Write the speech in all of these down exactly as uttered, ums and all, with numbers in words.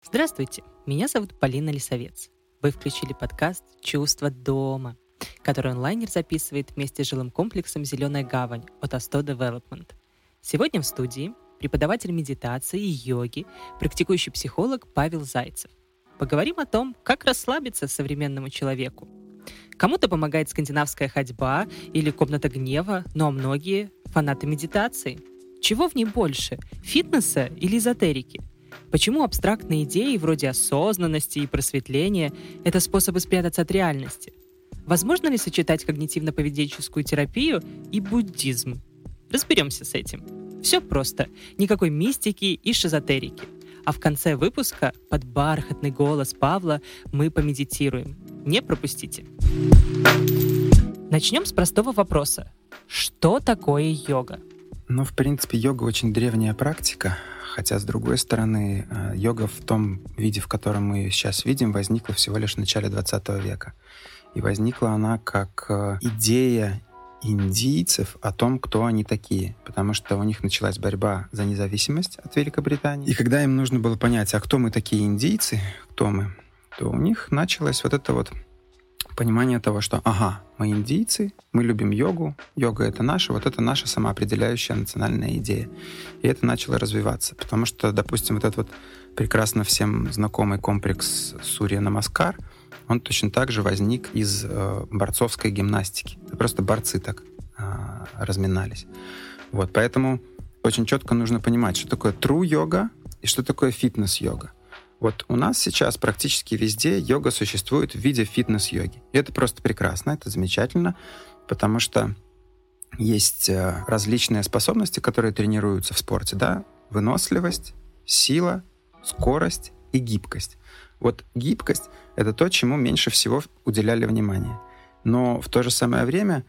Здравствуйте, меня зовут Полина Лисовец. Вы включили подкаст «Чувство дома», который онлайнер записывает вместе с жилым комплексом «Зеленая гавань» от Асто Девелопмент. Сегодня в студии преподаватель медитации и йоги, практикующий психолог Павел Зайцев. Поговорим о том, как расслабиться современному человеку. Кому-то помогает скандинавская ходьба или комната гнева, но многие — фанаты медитации. Чего в ней больше — фитнеса или эзотерики? Почему абстрактные идеи вроде осознанности и просветления — это способы спрятаться от реальности? Возможно ли сочетать когнитивно-поведенческую терапию и буддизм? Разберемся с этим. Все просто. Никакой мистики и шизотерики. А в конце выпуска под бархатный голос Павла мы помедитируем. Не пропустите. Начнем с простого вопроса. Что такое йога? Ну, в принципе, йога очень древняя практика, хотя, с другой стороны, йога в том виде, в котором мы ее сейчас видим, возникла всего лишь в начале двадцатого века. И возникла она как идея индийцев о том, кто они такие, потому что у них началась борьба за независимость от Великобритании. И когда им нужно было понять, а кто мы такие индийцы, кто мы, то у них началось вот это вот понимание того, что ага, мы индийцы, мы любим йогу, йога — это наша, вот это наша самоопределяющая национальная идея. И это начало развиваться, потому что, допустим, вот этот вот прекрасно всем знакомый комплекс Сурья-Намаскар, он точно так же возник из э, борцовской гимнастики. Это просто борцы так э, разминались. Вот, поэтому очень четко нужно понимать, что такое true йога и что такое фитнес-йога. Вот у нас сейчас практически везде йога существует в виде фитнес-йоги. И это просто прекрасно, это замечательно, потому что есть различные способности, которые тренируются в спорте, да? Выносливость, сила, скорость и гибкость. Вот гибкость — это то, чему меньше всего уделяли внимание. Но в то же самое время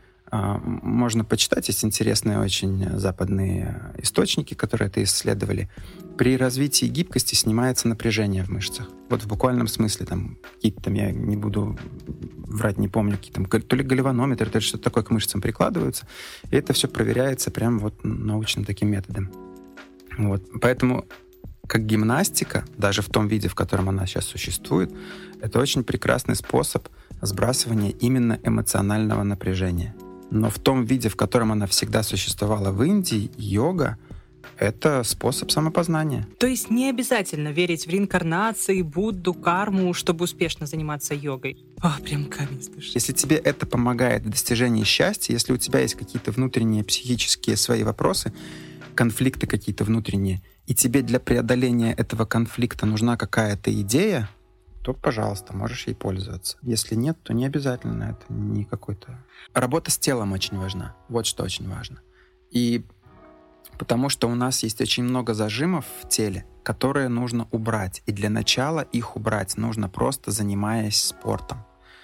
можно почитать, есть интересные очень западные источники, которые это исследовали. При развитии гибкости снимается напряжение в мышцах. Вот в буквальном смысле, там, какие-то там, я не буду врать, не помню, какие там, то ли галиванометры, то ли что-то такое к мышцам прикладываются, и это все проверяется прям вот научным таким методом. Вот. Поэтому как гимнастика, даже в том виде, в котором она сейчас существует, это очень прекрасный способ сбрасывания именно эмоционального напряжения. Но в том виде, в котором она всегда существовала в Индии, йога — это способ самопознания. То есть не обязательно верить в реинкарнации, Будду, карму, чтобы успешно заниматься йогой? А, прям камень с души. Если тебе это помогает в достижении счастья, если у тебя есть какие-то внутренние психические свои вопросы, конфликты какие-то внутренние, и тебе для преодоления этого конфликта нужна какая-то идея, то, пожалуйста, можешь ей пользоваться. Если нет, то не обязательно. Это не какой-то... Работа с телом очень важна. Вот что очень важно. И потому что у нас есть очень много зажимов в теле, которые нужно убрать. И для начала их убрать нужно просто занимаясь спортом.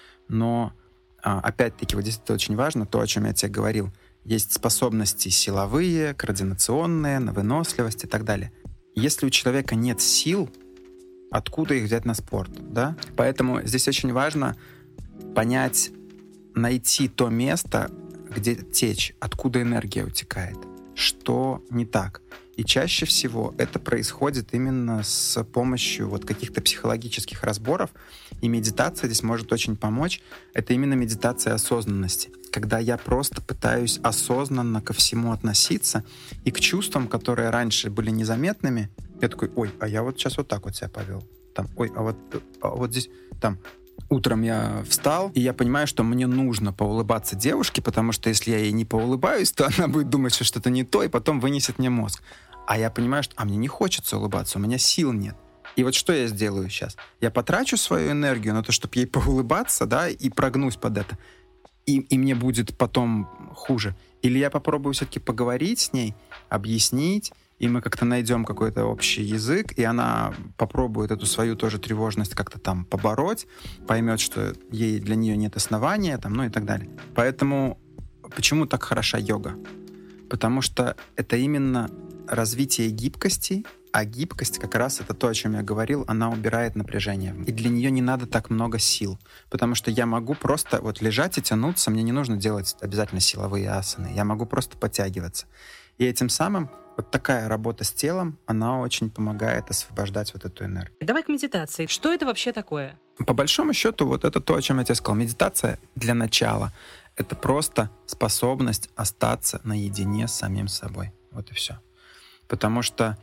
Но, опять-таки, вот здесь это очень важно, то, о чем я тебе говорил. Есть способности силовые, координационные, на выносливость и так далее. Если у человека нет сил, откуда их взять на спорт, да? Поэтому здесь очень важно понять, найти то место, где течь, откуда энергия утекает, что не так. И чаще всего это происходит именно с помощью вот каких-то психологических разборов, и медитация здесь может очень помочь. Это именно медитация осознанности, когда я просто пытаюсь осознанно ко всему относиться и к чувствам, которые раньше были незаметными. Я такой, ой, а я вот сейчас вот так вот себя повел. Там, ой, а вот, а вот здесь, там, утром я встал, и я понимаю, что мне нужно поулыбаться девушке, потому что если я ей не поулыбаюсь, то она будет думать, что что-то не то, и потом вынесет мне мозг. А я понимаю, что а мне не хочется улыбаться, у меня сил нет. И вот что я сделаю сейчас? Я потрачу свою энергию на то, чтобы ей поулыбаться, да, и прогнусь под это. И, и мне будет потом хуже. Или я попробую все-таки поговорить с ней, объяснить, и мы как-то найдем какой-то общий язык, и она попробует эту свою тоже тревожность как-то там побороть, поймет, что ей для нее нет основания, там, ну и так далее. Поэтому почему так хороша йога? Потому что это именно развитие гибкости, а гибкость как раз это то, о чем я говорил, она убирает напряжение. И для нее не надо так много сил, потому что я могу просто вот лежать и тянуться, мне не нужно делать обязательно силовые асаны, я могу просто подтягиваться. И этим самым вот такая работа с телом, она очень помогает освобождать вот эту энергию. Давай к медитации. Что это вообще такое? По большому счету, вот это то, о чем я тебе сказал. Медитация для начала — это просто способность остаться наедине с самим собой. Вот и все. Потому что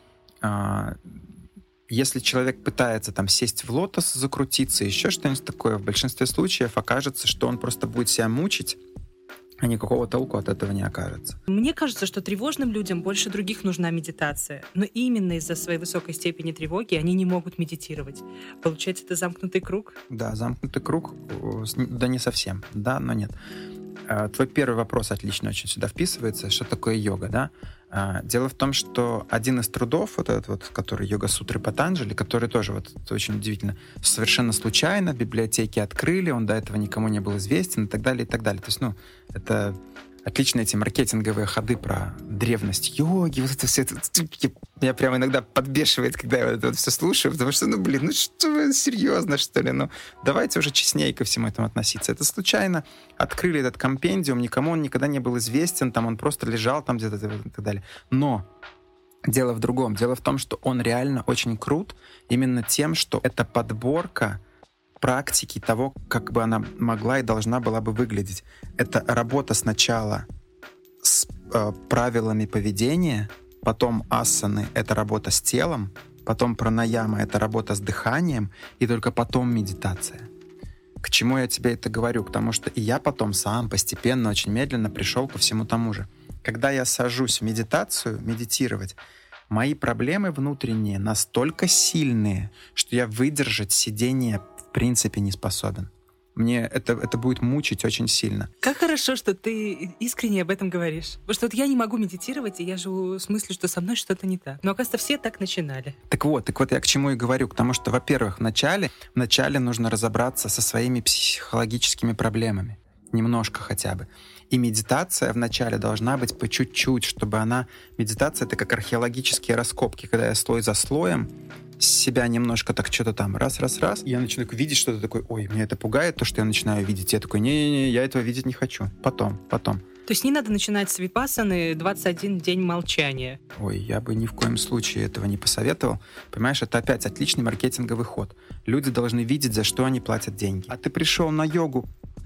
э, если человек пытается там сесть в лотос, закрутиться, еще что-нибудь такое, в большинстве случаев окажется, что он просто будет себя мучить, а никакого толку от этого не окажется. Мне кажется, что тревожным людям больше других нужна медитация. Но именно из-за своей высокой степени тревоги они не могут медитировать. Получается, это замкнутый круг? Да, замкнутый круг, да не совсем, да, но нет. Твой первый вопрос отлично очень сюда вписывается. Что такое йога, да? Дело в том, что один из трудов, вот этот вот, который Йога-сутры Патанджали, который тоже, вот это очень удивительно, совершенно случайно в библиотеке открыли, он до этого никому не был известен и так далее, и так далее. То есть, ну, это отличные эти маркетинговые ходы про древность йоги, вот это все, это, меня прямо иногда подбешивает, когда я вот это вот все слушаю, потому что, ну, блин, ну что вы, серьезно, что ли? Ну, давайте уже честнее ко всему этому относиться. Это случайно открыли этот компендиум, никому он никогда не был известен, там он просто лежал там где-то и так далее. Но дело в другом. Дело в том, что он реально очень крут именно тем, что это подборка практики того, как бы она могла и должна была бы выглядеть. Это работа сначала с э, правилами поведения, потом асаны — это работа с телом, потом пранаяма — это работа с дыханием, и только потом медитация. К чему я тебе это говорю? Потому что и я потом сам постепенно, очень медленно пришел ко всему тому же. Когда я сажусь в медитацию, медитировать, мои проблемы внутренние настолько сильные, что я выдержать сидение в принципе не способен. Мне это, это будет мучить очень сильно. Как хорошо, что ты искренне об этом говоришь. Потому что вот я не могу медитировать, и я живу с мыслью, что со мной что-то не так. Но, оказывается, все так начинали. Так вот, так вот я к чему и говорю. К тому, что, во-первых, вначале, вначале нужно разобраться со своими психологическими проблемами. Немножко хотя бы. И медитация вначале должна быть по чуть-чуть, чтобы она... Медитация — это как археологические раскопки, когда я слой за слоем себя немножко так что-то там раз-раз-раз, и я начинаю видеть что-то такое, ой, меня это пугает, то, что я начинаю видеть. Я такой, не-не-не, я этого видеть не хочу. Потом, потом. То есть не надо начинать с випассаны двадцать один день молчания? Ой, я бы ни в коем случае этого не посоветовал. Понимаешь, это опять отличный маркетинговый ход. Люди должны видеть, за что они платят деньги. А ты пришел на йогу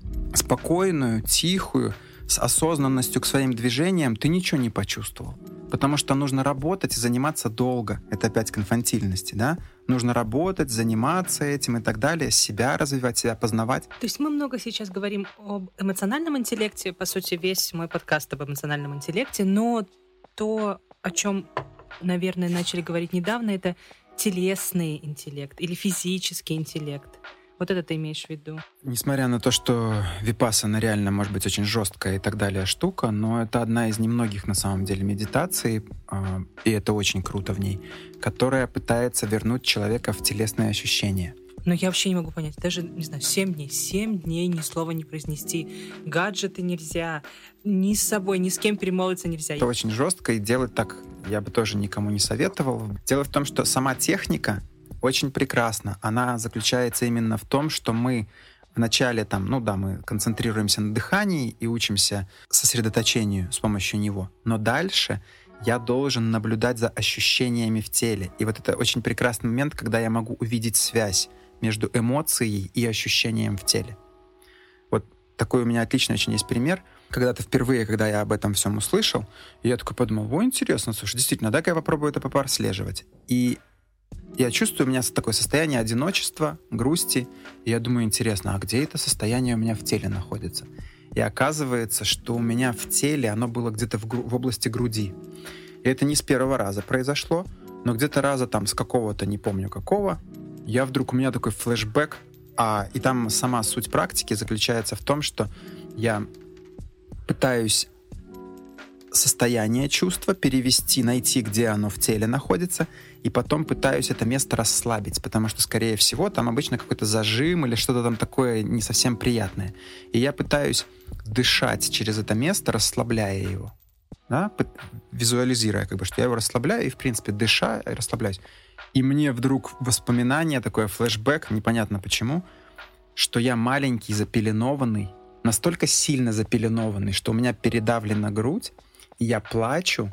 спокойную, тихую, с осознанностью к своим движениям, ты ничего не почувствовал. Потому что нужно работать и заниматься долго. Это опять к инфантильности, да? Нужно работать, заниматься этим и так далее, себя развивать, себя познавать. То есть мы много сейчас говорим об эмоциональном интеллекте, по сути, весь мой подкаст об эмоциональном интеллекте, но то, о чем, наверное, начали говорить недавно, это телесный интеллект или физический интеллект. Вот это ты имеешь в виду? Несмотря на то, что випассана реально может быть очень жесткая и так далее штука, но это одна из немногих на самом деле медитаций, э, и это очень круто в ней, которая пытается вернуть человека в телесные ощущения. Но я вообще не могу понять, даже, не знаю, семь дней, семь дней ни слова не произнести, гаджеты нельзя, ни с собой, ни с кем перемолвиться нельзя. Это очень жестко, и делать так я бы тоже никому не советовал. Дело в том, что сама техника очень прекрасно. Она заключается именно в том, что мы вначале там, ну да, мы концентрируемся на дыхании и учимся сосредоточению с помощью него. Но дальше я должен наблюдать за ощущениями в теле. И вот это очень прекрасный момент, когда я могу увидеть связь между эмоцией и ощущением в теле. Вот такой у меня отличный очень есть пример. Когда-то впервые, когда я об этом всем услышал, я такой подумал, ой, интересно, слушай, действительно, дай-ка я попробую это прослеживать. И я чувствую, у меня такое состояние одиночества, грусти. И я думаю, интересно, а где это состояние у меня в теле находится? И оказывается, что у меня в теле оно было где-то в, гру- в области груди. И это не с первого раза произошло, но где-то раза там с какого-то, не помню какого, я вдруг, у меня такой флешбэк, а, и там сама суть практики заключается в том, что я пытаюсь состояние чувства перевести, найти, где оно в теле находится, и потом пытаюсь это место расслабить, потому что, скорее всего, там обычно какой-то зажим или что-то там такое не совсем приятное. И я пытаюсь дышать через это место, расслабляя его, да? Визуализируя, как бы, что я его расслабляю, и, в принципе, дыша, и расслабляюсь. И мне вдруг воспоминание, такое флешбэк, непонятно почему, что я маленький, запеленованный, настолько сильно запеленованный, что у меня передавлена грудь, и я плачу,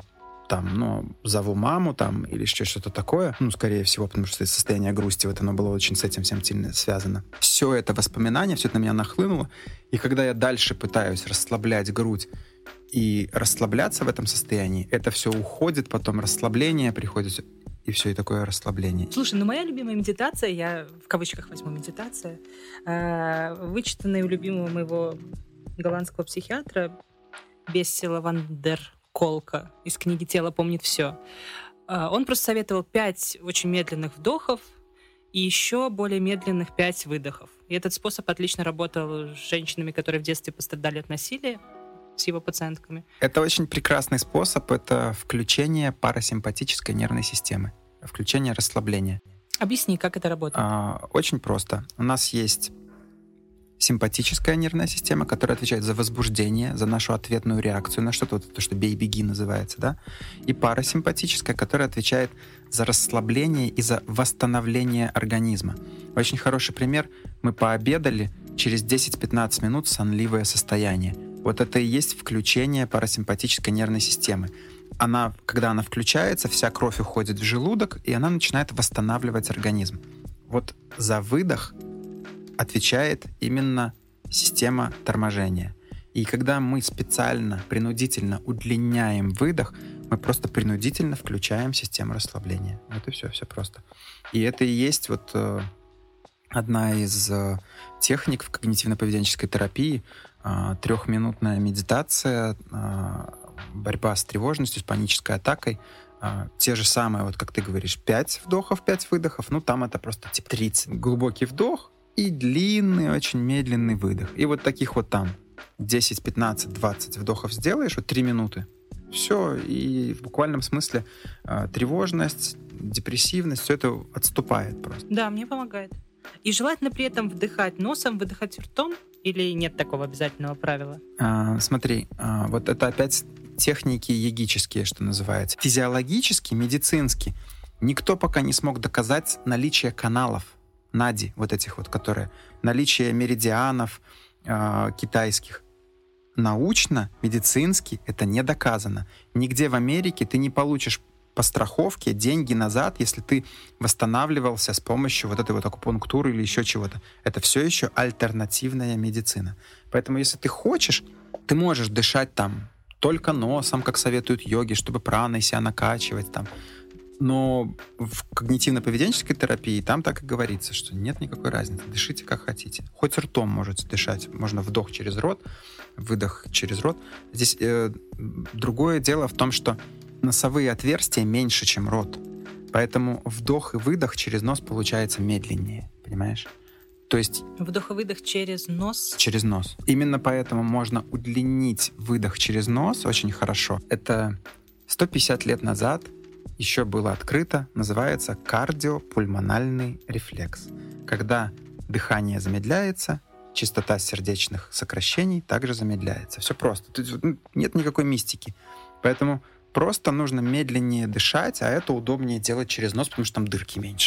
там, ну, зову маму там или еще что-то такое, ну, скорее всего, потому что состояние грусти, вот оно было очень с этим всем сильно связано. Все это воспоминание, все это на меня нахлынуло, и когда я дальше пытаюсь расслаблять грудь и расслабляться в этом состоянии, это все уходит, потом расслабление приходит, и все, и такое расслабление. Слушай, ну моя любимая медитация, я в кавычках возьму медитация, вычитанная у любимого моего голландского психиатра Бессела ван дер Колка из книги «Тело помнит все». Он просто советовал пять очень медленных вдохов и еще более медленных пять выдохов. И этот способ отлично работал с женщинами, которые в детстве пострадали от насилия, с его пациентками. Это очень прекрасный способ. Это включение парасимпатической нервной системы. Включение расслабления. Объясни, как это работает. А, очень просто. У нас есть симпатическая нервная система, которая отвечает за возбуждение, за нашу ответную реакцию на что-то, вот то, что бей-беги называется, да, и парасимпатическая, которая отвечает за расслабление и за восстановление организма. Очень хороший пример. Мы пообедали, через десять-пятнадцать минут сонливое состояние. Вот это и есть включение парасимпатической нервной системы. Она, когда она включается, вся кровь уходит в желудок, и она начинает восстанавливать организм. Вот за выдох отвечает именно система торможения. И когда мы специально, принудительно удлиняем выдох, мы просто принудительно включаем систему расслабления. Вот и все, все просто. И это и есть вот э, одна из э, техник в когнитивно-поведенческой терапии, э, трехминутная медитация, э, борьба с тревожностью, с панической атакой. Э, те же самые, вот как ты говоришь, пять вдохов, пять выдохов, ну там это просто типа тридцать. Глубокий вдох и длинный, очень медленный выдох. И вот таких вот там десять, пятнадцать, двадцать вдохов сделаешь, вот три минуты. Все, и в буквальном смысле э, тревожность, депрессивность, все это отступает просто. Да, мне помогает. И желательно при этом вдыхать носом, выдыхать ртом, или нет такого обязательного правила? А, смотри, а, вот это опять техники йогические, что называется. Физиологически, медицински никто пока не смог доказать наличие каналов нади, вот этих вот, которые, наличие меридианов э, китайских. Научно, медицински это не доказано. Нигде в Америке ты не получишь по страховке деньги назад, если ты восстанавливался с помощью вот этой вот акупунктуры или еще чего-то. Это все еще альтернативная медицина. Поэтому если ты хочешь, ты можешь дышать там только носом, как советуют йоги, чтобы праной себя накачивать там. Но в когнитивно-поведенческой терапии там так и говорится, что нет никакой разницы. Дышите как хотите. Хоть ртом можете дышать. Можно вдох через рот, выдох через рот. Здесь э, другое дело в том, что носовые отверстия меньше, чем рот. Поэтому вдох и выдох через нос получается медленнее. Понимаешь? То есть... Вдох и выдох через нос? Через нос. Именно поэтому можно удлинить выдох через нос очень хорошо. Это сто пятьдесят лет назад еще было открыто, называется кардиопульмональный рефлекс. Когда дыхание замедляется, частота сердечных сокращений также замедляется. Все просто. Тут нет никакой мистики. Поэтому просто нужно медленнее дышать, а это удобнее делать через нос, потому что там дырки меньше.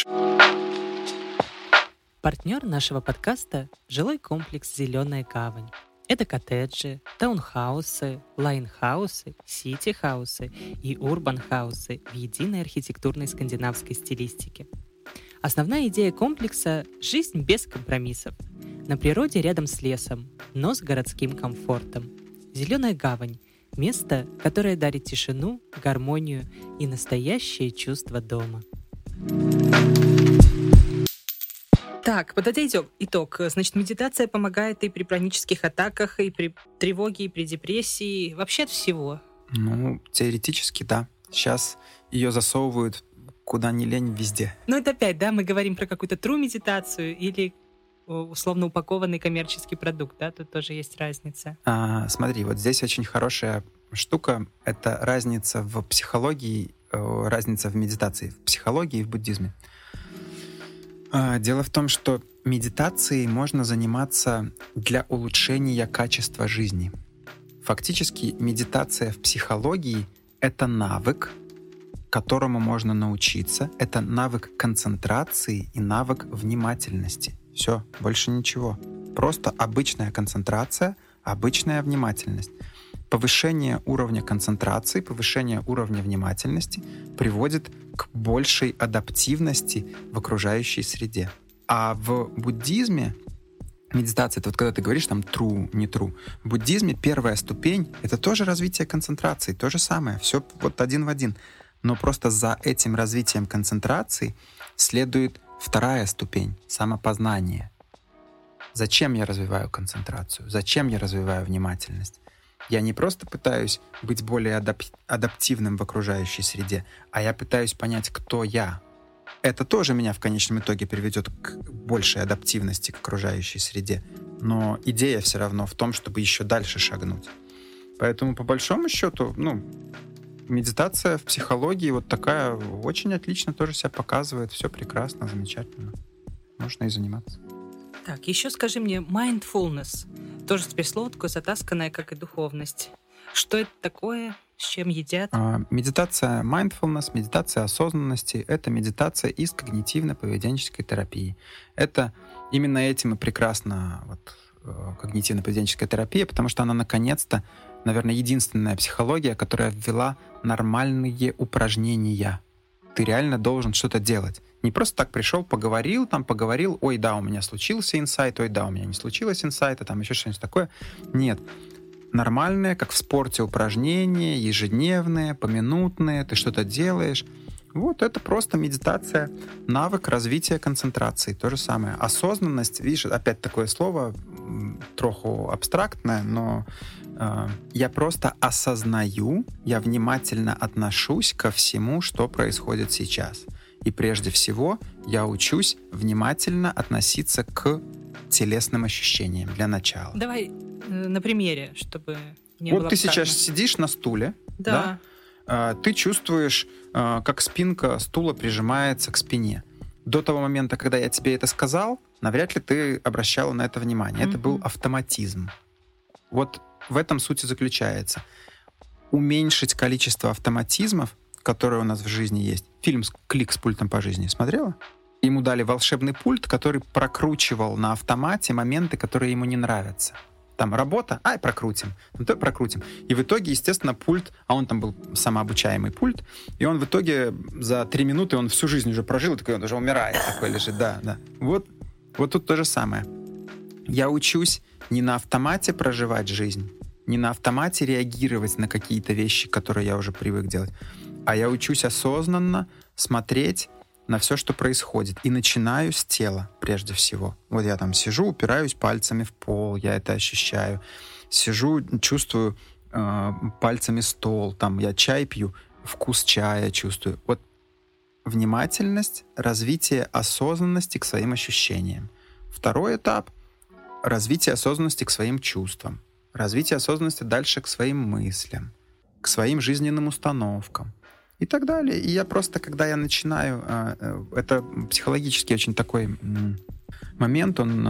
Партнер нашего подкаста – жилой комплекс «Зеленая гавань». Это коттеджи, таунхаусы, лайнхаусы, сити-хаусы и урбан-хаусы в единой архитектурной скандинавской стилистике. Основная идея комплекса – жизнь без компромиссов. На природе рядом с лесом, но с городским комфортом. «Зеленая гавань» – место, которое дарит тишину, гармонию и настоящее чувство дома. Так, подводя итог. Значит, медитация помогает и при панических атаках, и при тревоге, и при депрессии, вообще от всего. Ну, теоретически, да. Сейчас ее засовывают куда ни лень везде. Ну, это опять, да, мы говорим про какую-то true медитацию или условно упакованный коммерческий продукт, да, тут тоже есть разница. А, смотри, вот здесь очень хорошая штука. Это разница в психологии, разница в медитации, в психологии и в буддизме. Дело в том, что медитацией можно заниматься для улучшения качества жизни. Фактически медитация в психологии — это навык, которому можно научиться. Это навык концентрации и навык внимательности. Все, больше ничего. Просто обычная концентрация, обычная внимательность. повышение уровня концентрации, повышение уровня внимательности приводит к большей адаптивности в окружающей среде. А в буддизме медитация, это вот когда ты говоришь там true, не true, в буддизме первая ступень — это тоже развитие концентрации, то же самое, все вот один в один. Но просто за этим развитием концентрации следует вторая ступень — самопознание. Зачем я развиваю концентрацию? Зачем я развиваю внимательность? Я не просто пытаюсь быть более адап- адаптивным в окружающей среде, а я пытаюсь понять, кто я. Это тоже меня в конечном итоге приведет к большей адаптивности к окружающей среде. Но идея все равно в том, чтобы еще дальше шагнуть. Поэтому, по большому счету, ну, медитация в психологии вот такая очень отлично тоже себя показывает. Все прекрасно, замечательно. Можно и заниматься. Так, еще скажи мне, mindfulness. Тоже теперь слово такое затасканное, как и духовность. Что это такое? С чем едят? А, медитация mindfulness, медитация осознанности — это медитация из когнитивно-поведенческой терапии. Это именно этим и прекрасна вот, когнитивно-поведенческая терапия, потому что она наконец-то, наверное, единственная психология, которая ввела нормальные упражнения. Ты реально должен что-то делать. Не просто так пришел, поговорил, там поговорил, ой, да, у меня случился инсайт, ой, да, у меня не случилось инсайта, там еще что-нибудь такое. Нет. Нормальные, как в спорте, упражнения, ежедневные, поминутные, ты что-то делаешь. Вот это просто медитация, навык развития концентрации. То же самое. Осознанность, видишь, опять такое слово, троху абстрактное, но э, я просто осознаю, я внимательно отношусь ко всему, что происходит сейчас. И прежде всего я учусь внимательно относиться к телесным ощущениям для начала. Давай на примере, чтобы не вот было ты абстрактно. Сейчас сидишь на стуле, да, да? А, ты чувствуешь, а, как спинка стула прижимается к спине. До того момента, когда я тебе это сказал, навряд ли ты обращала на это внимание. Mm-hmm. Это был автоматизм. Вот в этом суть и заключается. Уменьшить количество автоматизмов, которые у нас в жизни есть. Фильм «Клик с пультом по жизни» смотрела? Ему дали волшебный пульт, который прокручивал на автомате моменты, которые ему не нравятся. Там работа, ай, прокрутим, ну, то прокрутим. И в итоге, естественно, пульт, а он там был самообучаемый пульт, и он в итоге за три минуты, он всю жизнь уже прожил, и такой, он уже умирает, такой лежит, да, да. Вот, вот тут то же самое. Я учусь не на автомате проживать жизнь, не на автомате реагировать на какие-то вещи, которые я уже привык делать, а я учусь осознанно смотреть на все, что происходит. И начинаю с тела, прежде всего. Вот я там сижу, упираюсь пальцами в пол, я это ощущаю. Сижу, чувствую э, пальцами стол, там я чай пью, вкус чая чувствую. Вот внимательность, развитие осознанности к своим ощущениям. Второй этап — развитие осознанности к своим чувствам. Развитие осознанности дальше к своим мыслям, к своим жизненным установкам. И так далее. И я просто, когда я начинаю... Это психологически очень такой момент, он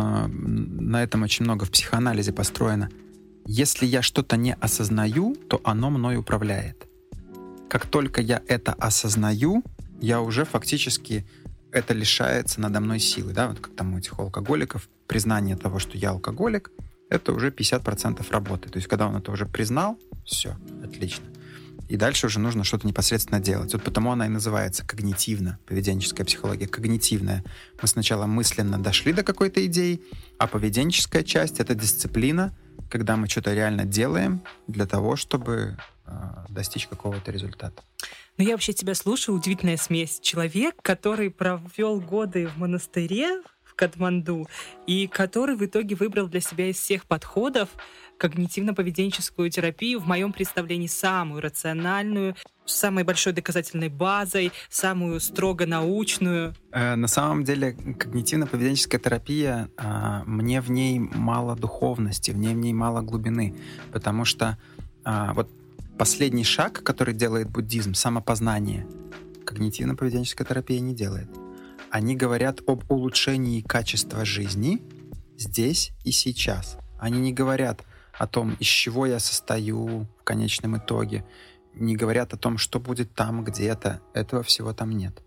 на этом очень много в психоанализе построено. Если я что-то не осознаю, то оно мной управляет. Как только я это осознаю, я уже фактически... Это лишается надо мной силы. Да? Вот как там у этих алкоголиков, признание того, что я алкоголик, это уже пятьдесят процентов работы. То есть когда он это уже признал, все, отлично. И дальше уже нужно что-то непосредственно делать. Вот потому она и называется когнитивно-поведенческая психология. Когнитивная. Мы сначала мысленно дошли до какой-то идеи, а поведенческая часть — это дисциплина, когда мы что-то реально делаем для того, чтобы э, достичь какого-то результата. Ну, я вообще тебя слушаю, удивительная смесь. Человек, который провел годы в монастыре в Катманду и который в итоге выбрал для себя из всех подходов когнитивно-поведенческую терапию, в моем представлении, самую рациональную, с самой большой доказательной базой, самую строго научную. Э, на самом деле, когнитивно-поведенческая терапия, э, мне в ней мало духовности, в ней, в ней мало глубины, потому что э, вот последний шаг, который делает буддизм, самопознание, когнитивно-поведенческая терапия не делает. Они говорят об улучшении качества жизни здесь и сейчас. Они не говорят о том, из чего я состою в конечном итоге, не говорят о том, что будет там где-то. Этого всего там нет.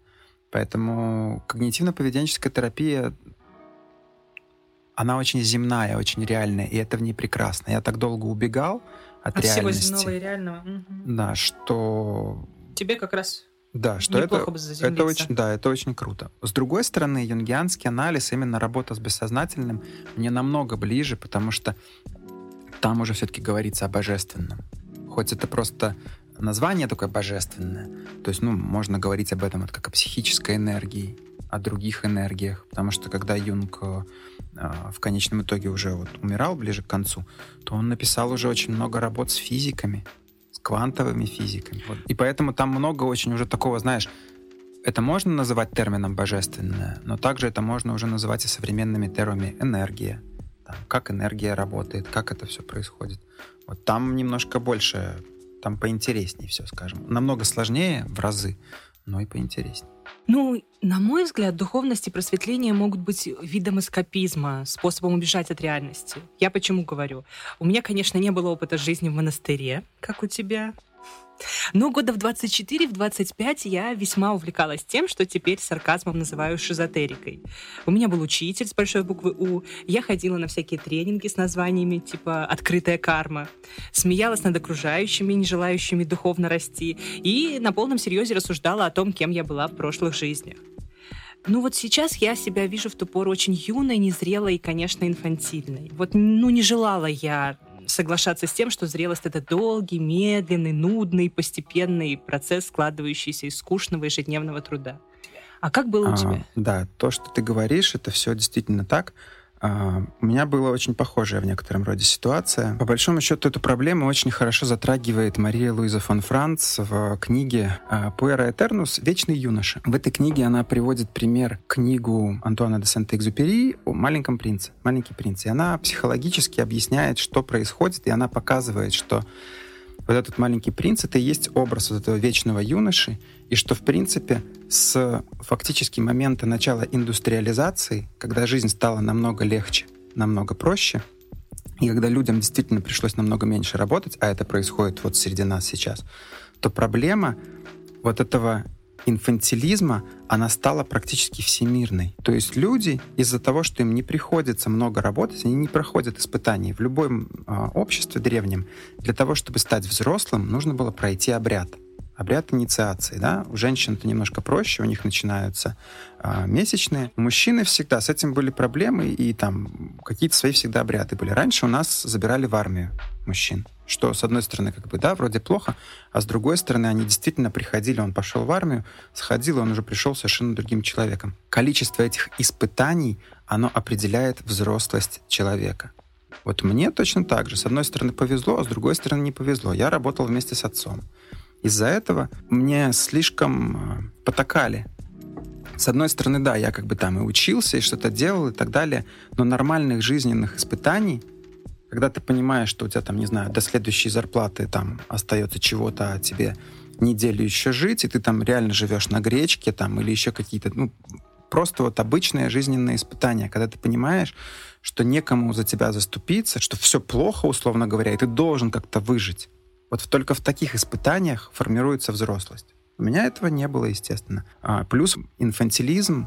Поэтому когнитивно-поведенческая терапия, она очень земная, очень реальная, и это в ней прекрасно. Я так долго убегал от, от реальности. От всего земного и реального. Угу. Да, что... Тебе как раз да, что неплохо это, бы заземлиться. Это очень, да, это очень круто. С другой стороны, юнгианский анализ, именно работа с бессознательным, мне намного ближе, потому что там уже все-таки говорится о божественном. Хоть это просто название такое божественное, то есть, ну, можно говорить об этом вот как о психической энергии, о других энергиях, потому что когда Юнг э, в конечном итоге уже вот умирал ближе к концу, то он написал уже очень много работ с физиками, с квантовыми физиками. Вот. И поэтому там много очень уже такого, знаешь, это можно называть термином божественное, но также это можно уже называть и современными терминами энергия, там, как энергия работает, как это все происходит. Вот там немножко больше, там поинтереснее все, скажем. Намного сложнее в разы, но и поинтереснее. Ну, на мой взгляд, духовность и просветление могут быть видом эскапизма, способом убежать от реальности. Я почему говорю? У меня, конечно, не было опыта жизни в монастыре, как у тебя. Но года в двадцать четыре, в двадцать пять я весьма увлекалась тем, что теперь сарказмом называю шизотерикой. У меня был учитель с большой буквы У, я ходила на всякие тренинги с названиями типа «Открытая карма», смеялась над окружающими, не желающими духовно расти, и на полном серьезе рассуждала о том, кем я была в прошлых жизнях. Ну вот сейчас я себя вижу в ту пору очень юной, незрелой и, конечно, инфантильной. Вот, ну, не желала я соглашаться с тем, что зрелость — это долгий, медленный, нудный, постепенный процесс, складывающийся из скучного ежедневного труда. А как было у а, тебя? Да, то, что ты говоришь, это все действительно так. А, у меня была очень похожая в некотором роде ситуация. По большому счету, эту проблему очень хорошо затрагивает Мария Луиза фон Франц в книге «Puera Aeternus. Вечный юноша». В этой книге она приводит пример книгу Антуана де Сент-Экзюпери о «Маленьком принце», «Маленький принц». И она психологически объясняет, что происходит, и она показывает, что вот этот маленький принц — это и есть образ вот этого вечного юноши, и что, в принципе, с фактически момента начала индустриализации, когда жизнь стала намного легче, намного проще, и когда людям действительно пришлось намного меньше работать, а это происходит вот среди нас сейчас, то проблема вот этого инфантилизма, она стала практически всемирной. То есть люди из-за того, что им не приходится много работать, они не проходят испытаний. В любом э, обществе древнем для того, чтобы стать взрослым, нужно было пройти обряд. Обряд инициации, да? У женщин это немножко проще, у них начинаются э, месячные. У мужчины всегда с этим были проблемы, и там какие-то свои всегда обряды были. Раньше у нас забирали в армию мужчин, что, с одной стороны, как бы, да, вроде плохо, а с другой стороны, они действительно приходили, он пошел в армию, сходил, и он уже пришел совершенно другим человеком. Количество этих испытаний, оно определяет взрослость человека. Вот мне точно так же. С одной стороны, повезло, а с другой стороны, не повезло. Я работал вместе с отцом. Из-за этого мне слишком потакали. С одной стороны, да, я как бы там и учился, и что-то делал, и так далее, но нормальных жизненных испытаний, когда ты понимаешь, что у тебя там, не знаю, до следующей зарплаты там остается чего-то, а тебе неделю еще жить, и ты там реально живешь на гречке там, или еще какие-то, ну, просто вот обычные жизненные испытания, когда ты понимаешь, что некому за тебя заступиться, что все плохо, условно говоря, и ты должен как-то выжить. Вот только в таких испытаниях формируется взрослость. У меня этого не было, естественно. А, плюс инфантилизм,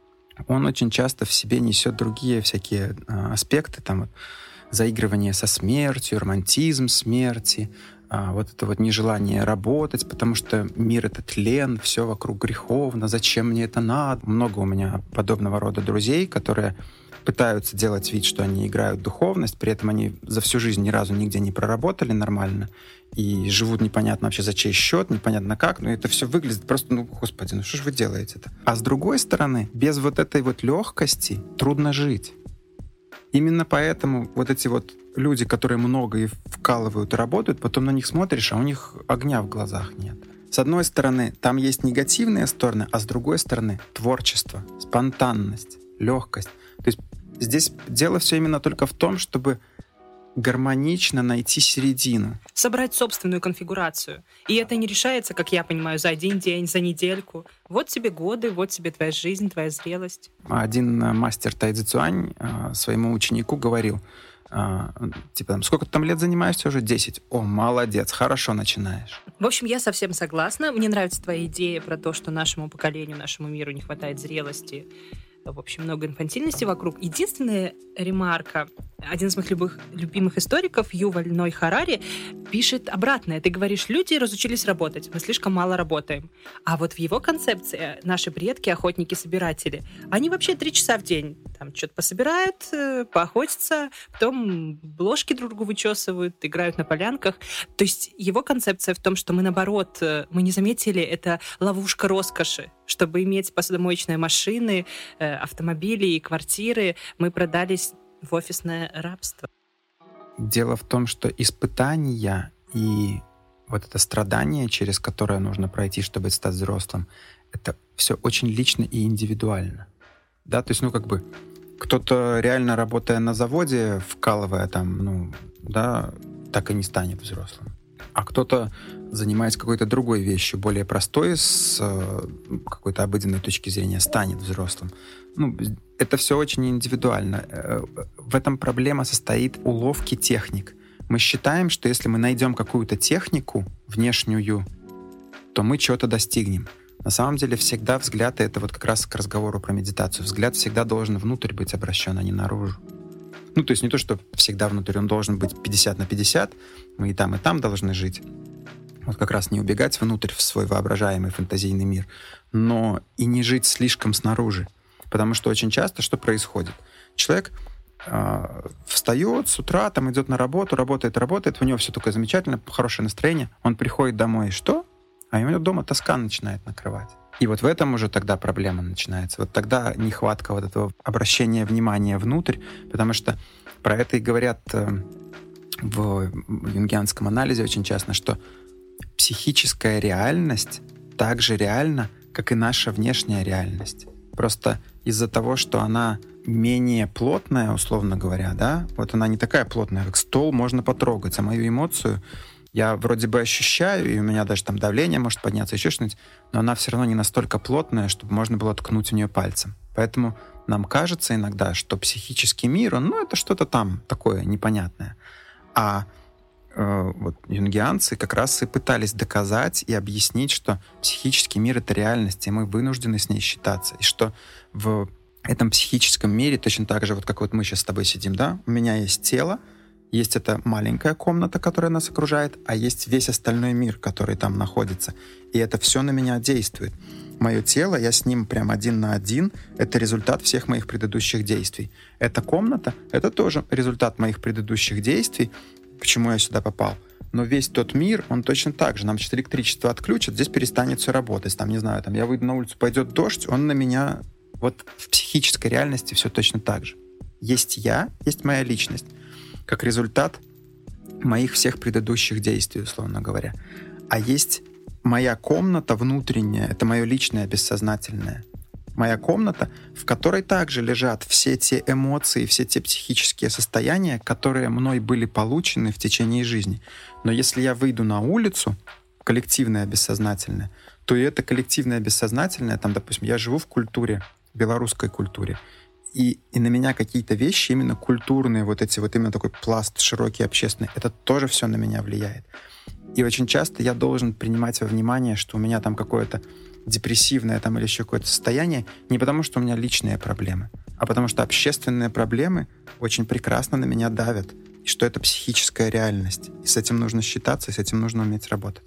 он очень часто в себе несет другие всякие а, аспекты, там вот, заигрывание со смертью, романтизм смерти, а, вот это вот нежелание работать, потому что мир — это тлен, все вокруг греховно, зачем мне это надо? Много у меня подобного рода друзей, которые пытаются делать вид, что они играют духовность, при этом они за всю жизнь ни разу нигде не проработали нормально и живут непонятно вообще за чей счет, непонятно как, но это все выглядит просто, ну, господи, ну что же вы делаете-то? А с другой стороны, без вот этой вот легкости трудно жить. Именно поэтому вот эти вот люди, которые много и вкалывают и работают, потом на них смотришь, а у них огня в глазах нет. С одной стороны, там есть негативные стороны, а с другой стороны, творчество, спонтанность, легкость. То есть здесь дело все именно только в том, чтобы гармонично найти середину. Собрать собственную конфигурацию. И это не решается, как я понимаю, за один день, за недельку. Вот тебе годы, вот тебе твоя жизнь, твоя зрелость. Один мастер Тайцзи Цюань своему ученику говорил, типа, там, сколько ты там лет занимаешься уже? десять. О, молодец, хорошо начинаешь. В общем, я совсем согласна. Мне нравится твоя идея про то, что нашему поколению, нашему миру не хватает зрелости. В общем, много инфантильности вокруг. Единственная ремарка. один из моих любых, любимых историков, Юваль Ной Харари, пишет обратное. Ты говоришь, люди разучились работать, мы слишком мало работаем. А вот в его концепции наши предки, охотники-собиратели, они вообще три часа в день там что-то пособирают, поохотятся, потом ложки друг другу вычесывают, играют на полянках. То есть его концепция в том, что мы, наоборот, мы не заметили, это ловушка роскоши. Чтобы иметь посудомоечные машины, автомобили и квартиры, мы продались в офисное рабство. Дело в том, что испытания и вот это страдание, через которое нужно пройти, чтобы стать взрослым, это все очень лично и индивидуально. Да, то есть, ну, как бы, кто-то реально, работая на заводе, вкалывая там, ну, да, так и не станет взрослым. А кто-то, занимаясь какой-то другой вещью, более простой, с какой-то обыденной точки зрения, станет взрослым. Ну, это все очень индивидуально. В этом проблема состоит уловки техник. Мы считаем, что если мы найдем какую-то технику внешнюю, то мы чего-то достигнем. На самом деле всегда взгляд, и это вот как раз к разговору про медитацию, взгляд всегда должен внутрь быть обращен, а не наружу. Ну, то есть не то, что всегда внутрь, он должен быть пятьдесят на пятьдесят, мы и там, и там должны жить. Вот как раз не убегать внутрь в свой воображаемый фантазийный мир, но и не жить слишком снаружи. Потому что очень часто что происходит? Человек э, встает с утра, там идет на работу, работает, работает, у него все такое замечательно, хорошее настроение, он приходит домой, и что? А у него дома тоска начинает накрывать. И вот в этом уже тогда проблема начинается. Вот тогда нехватка вот этого обращения внимания внутрь, потому что про это и говорят э, в юнгианском анализе очень часто, что психическая реальность так же реальна, как и наша внешняя реальность. Просто из-за того, что она менее плотная, условно говоря, да, вот она не такая плотная, как стол, можно потрогать, а мою эмоцию я вроде бы ощущаю, и у меня даже там давление может подняться, еще что-нибудь, но она все равно не настолько плотная, чтобы можно было ткнуть в нее пальцем. Поэтому нам кажется иногда, что психический мир, он, ну, это что-то там такое непонятное. А э, вот юнгианцы как раз и пытались доказать и объяснить, что психический мир — это реальность, и мы вынуждены с ней считаться. И что в этом психическом мире точно так же, вот как вот мы сейчас с тобой сидим, да, у меня есть тело, есть эта маленькая комната, которая нас окружает, а есть весь остальной мир, который там находится. И это все на меня действует. Мое тело, я с ним прям один на один, это результат всех моих предыдущих действий. Эта комната, это тоже результат моих предыдущих действий, почему я сюда попал. Но весь тот мир, он точно так же. Нам сейчас электричество отключат, здесь перестанет все работать. Там, не знаю, там я выйду на улицу, пойдет дождь, он на меня... Вот в психической реальности все точно так же. Есть я, есть моя личность, как результат моих всех предыдущих действий, условно говоря. А есть моя комната внутренняя, это мое личное бессознательное. Моя комната, в которой также лежат все те эмоции, все те психические состояния, которые мной были получены в течение жизни. Но если я выйду на улицу, коллективное бессознательное, то и это коллективное бессознательное, там, допустим, я живу в культуре, белорусской культуре, И, и на меня какие-то вещи, именно культурные, вот эти вот именно такой пласт широкий, общественный, это тоже все на меня влияет. И очень часто я должен принимать во внимание, что у меня там какое-то депрессивное там или еще какое-то состояние, не потому что у меня личные проблемы, а потому что общественные проблемы очень прекрасно на меня давят, и что это психическая реальность. И с этим нужно считаться, и с этим нужно уметь работать.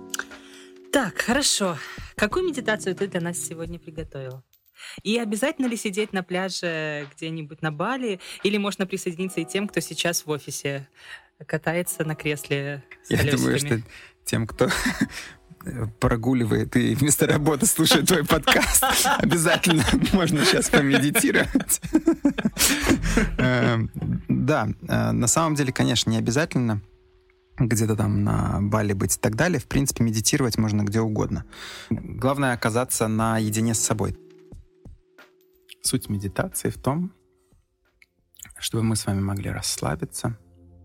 Так, хорошо. Какую медитацию ты для нас сегодня приготовила? И обязательно ли сидеть на пляже где-нибудь на Бали, или можно присоединиться и тем, кто сейчас в офисе катается на кресле с Я колесиками? думаю, что тем, кто прогуливает и вместо работы слушает твой подкаст, обязательно можно сейчас помедитировать. Да, на самом деле, конечно, не обязательно где-то там на Бали быть и так далее. В принципе, медитировать можно где угодно. Главное — оказаться наедине с собой. Суть медитации в том, чтобы мы с вами могли расслабиться.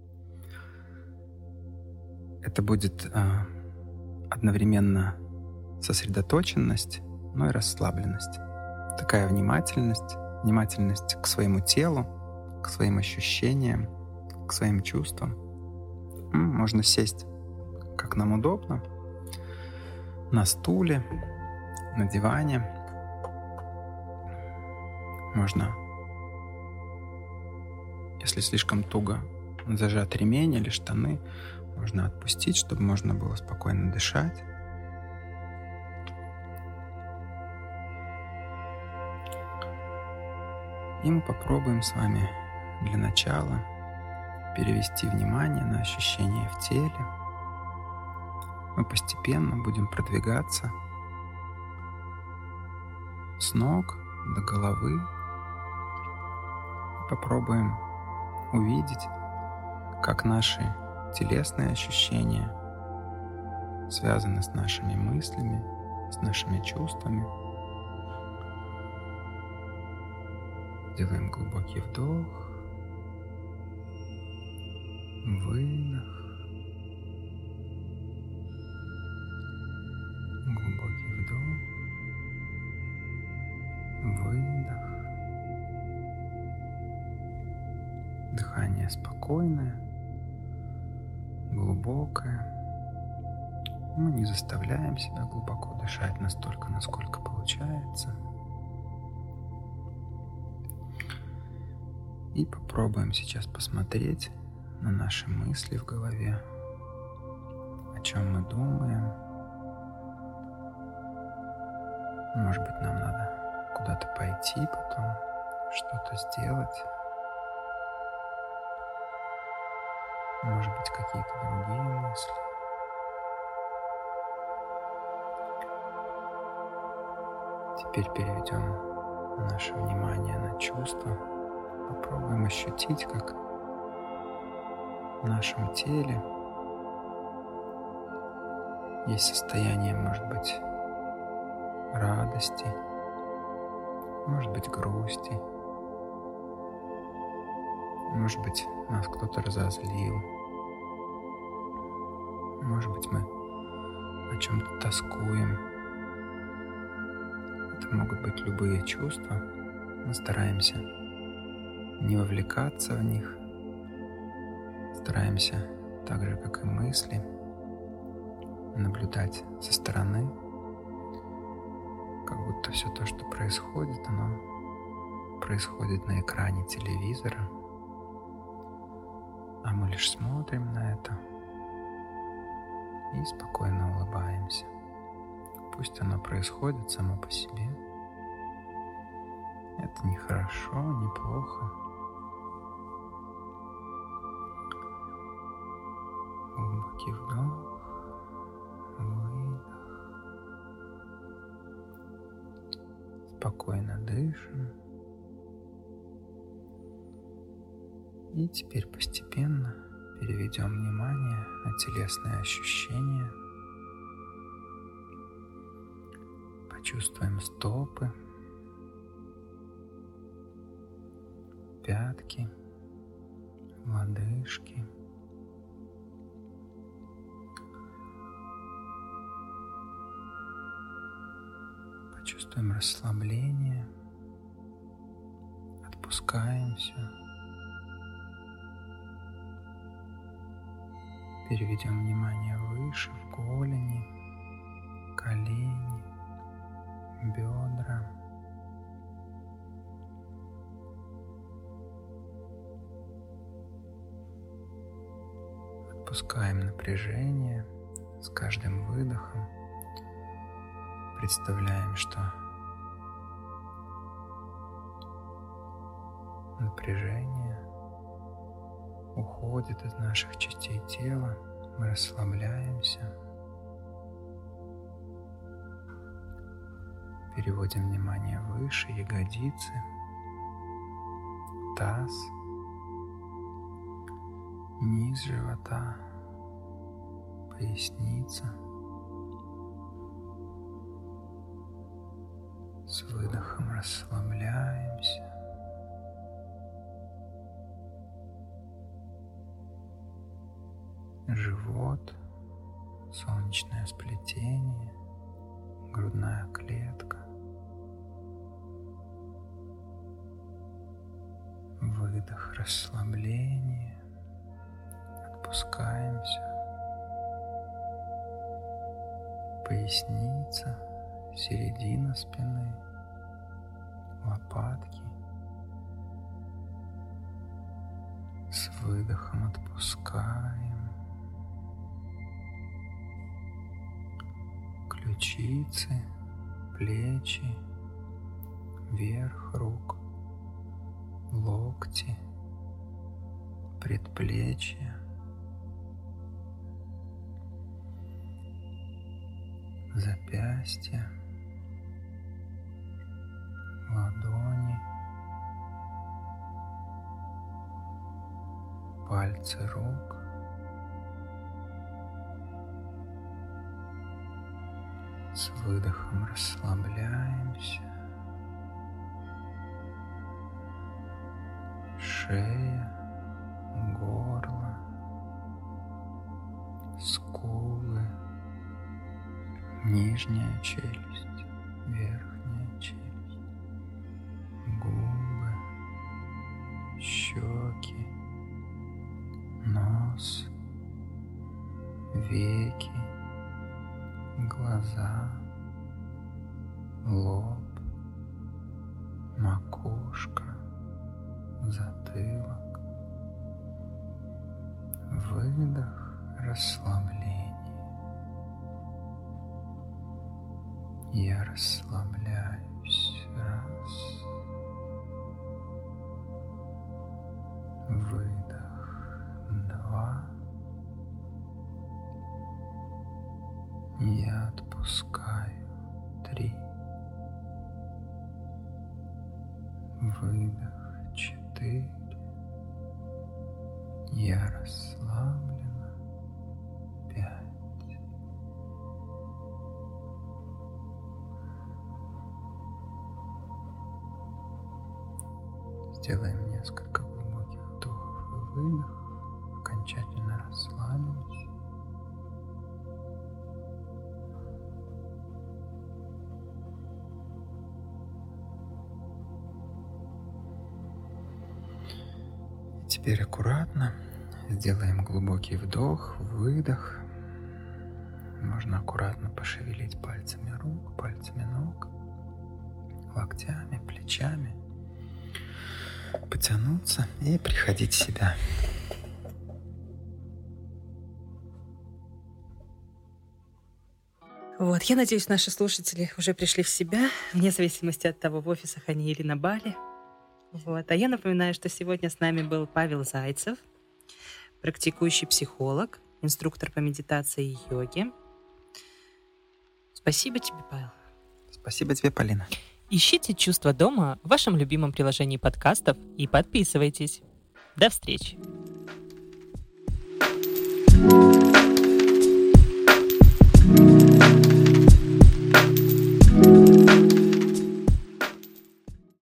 Это будет э, одновременно сосредоточенность, но и расслабленность. Такая внимательность, внимательность к своему телу, к своим ощущениям, к своим чувствам. М, можно сесть, как нам удобно, на стуле, на диване. Можно, Если слишком туго зажат ремень или штаны, можно отпустить, чтобы можно было спокойно дышать. И мы попробуем с вами для начала перевести внимание на ощущения в теле. Мы постепенно будем продвигаться с ног до головы. И попробуем увидеть, как наши телесные ощущения связаны с нашими мыслями, с нашими чувствами. Делаем глубокий вдох, выдох, глубокий вдох, выдох. Дыхание спокойное, глубокое. Мы не заставляем себя глубоко дышать настолько, насколько получается. И попробуем сейчас посмотреть на наши мысли в голове, о чем мы думаем. Может быть, нам надо куда-то пойти потом, что-то сделать. Может быть, какие-то другие мысли. Теперь переведем наше внимание на чувства. Попробуем ощутить, как в нашем теле есть состояние, может быть, радости, может быть, грусти, может быть, нас кто-то разозлил, может быть, мы о чем-то тоскуем. Это могут быть любые чувства. Мы стараемся не вовлекаться в них, стараемся, так же, как и мысли, наблюдать со стороны, как будто все то, что происходит, оно происходит на экране телевизора, а мы лишь смотрим на это и спокойно улыбаемся. Пусть оно происходит само по себе. Это не хорошо, не плохо. Глубокий вдох, выдох. Спокойно дышим. И теперь постепенно переведем внимание на телесные ощущения. Почувствуем стопы, пятки, лодыжки. Почувствуем расслабление, отпускаем все. Переведем внимание выше, в голени, колени, бедра. Отпускаем напряжение с каждым выдохом. Представляем, что напряжение уходит из наших частей тела, мы расслабляемся. Переводим внимание выше, ягодицы, таз, низ живота, поясница. С выдохом расслабляемся. Живот, солнечное сплетение, грудная клетка. Выдох, расслабление. Отпускаемся. Поясница, середина спины, лопатки. С выдохом отпускаем. Ключицы, плечи, верх рук, локти, предплечья, запястья, ладони, пальцы рук, с выдохом расслабляемся, шея, горло, скулы, нижняя челюсть, верхняя челюсть, губы, щеки, нос, веки, глаза, лоб, макушка, затылок. Выдох, расслабление. Я расслабляюсь. Раз. Выдох. Два. Я отпускаю. Три. Выдох. Четыре. Я расслаблена. Пять. Сделаем несколько глубоких вдохов и выдохов. Окончательно расслабимся. Теперь аккуратно сделаем глубокий вдох, выдох. Можно аккуратно пошевелить пальцами рук, пальцами ног, локтями, плечами, потянуться и приходить в себя. Вот, я надеюсь, наши слушатели уже пришли в себя, вне зависимости от того, в офисах они или на Бали. Вот. А я напоминаю, что сегодня с нами был Павел Зайцев, практикующий психолог, инструктор по медитации и йоге. Спасибо тебе, Павел. Спасибо тебе, Полина. Ищите «Чувство дома» в вашем любимом приложении подкастов и подписывайтесь. До встречи!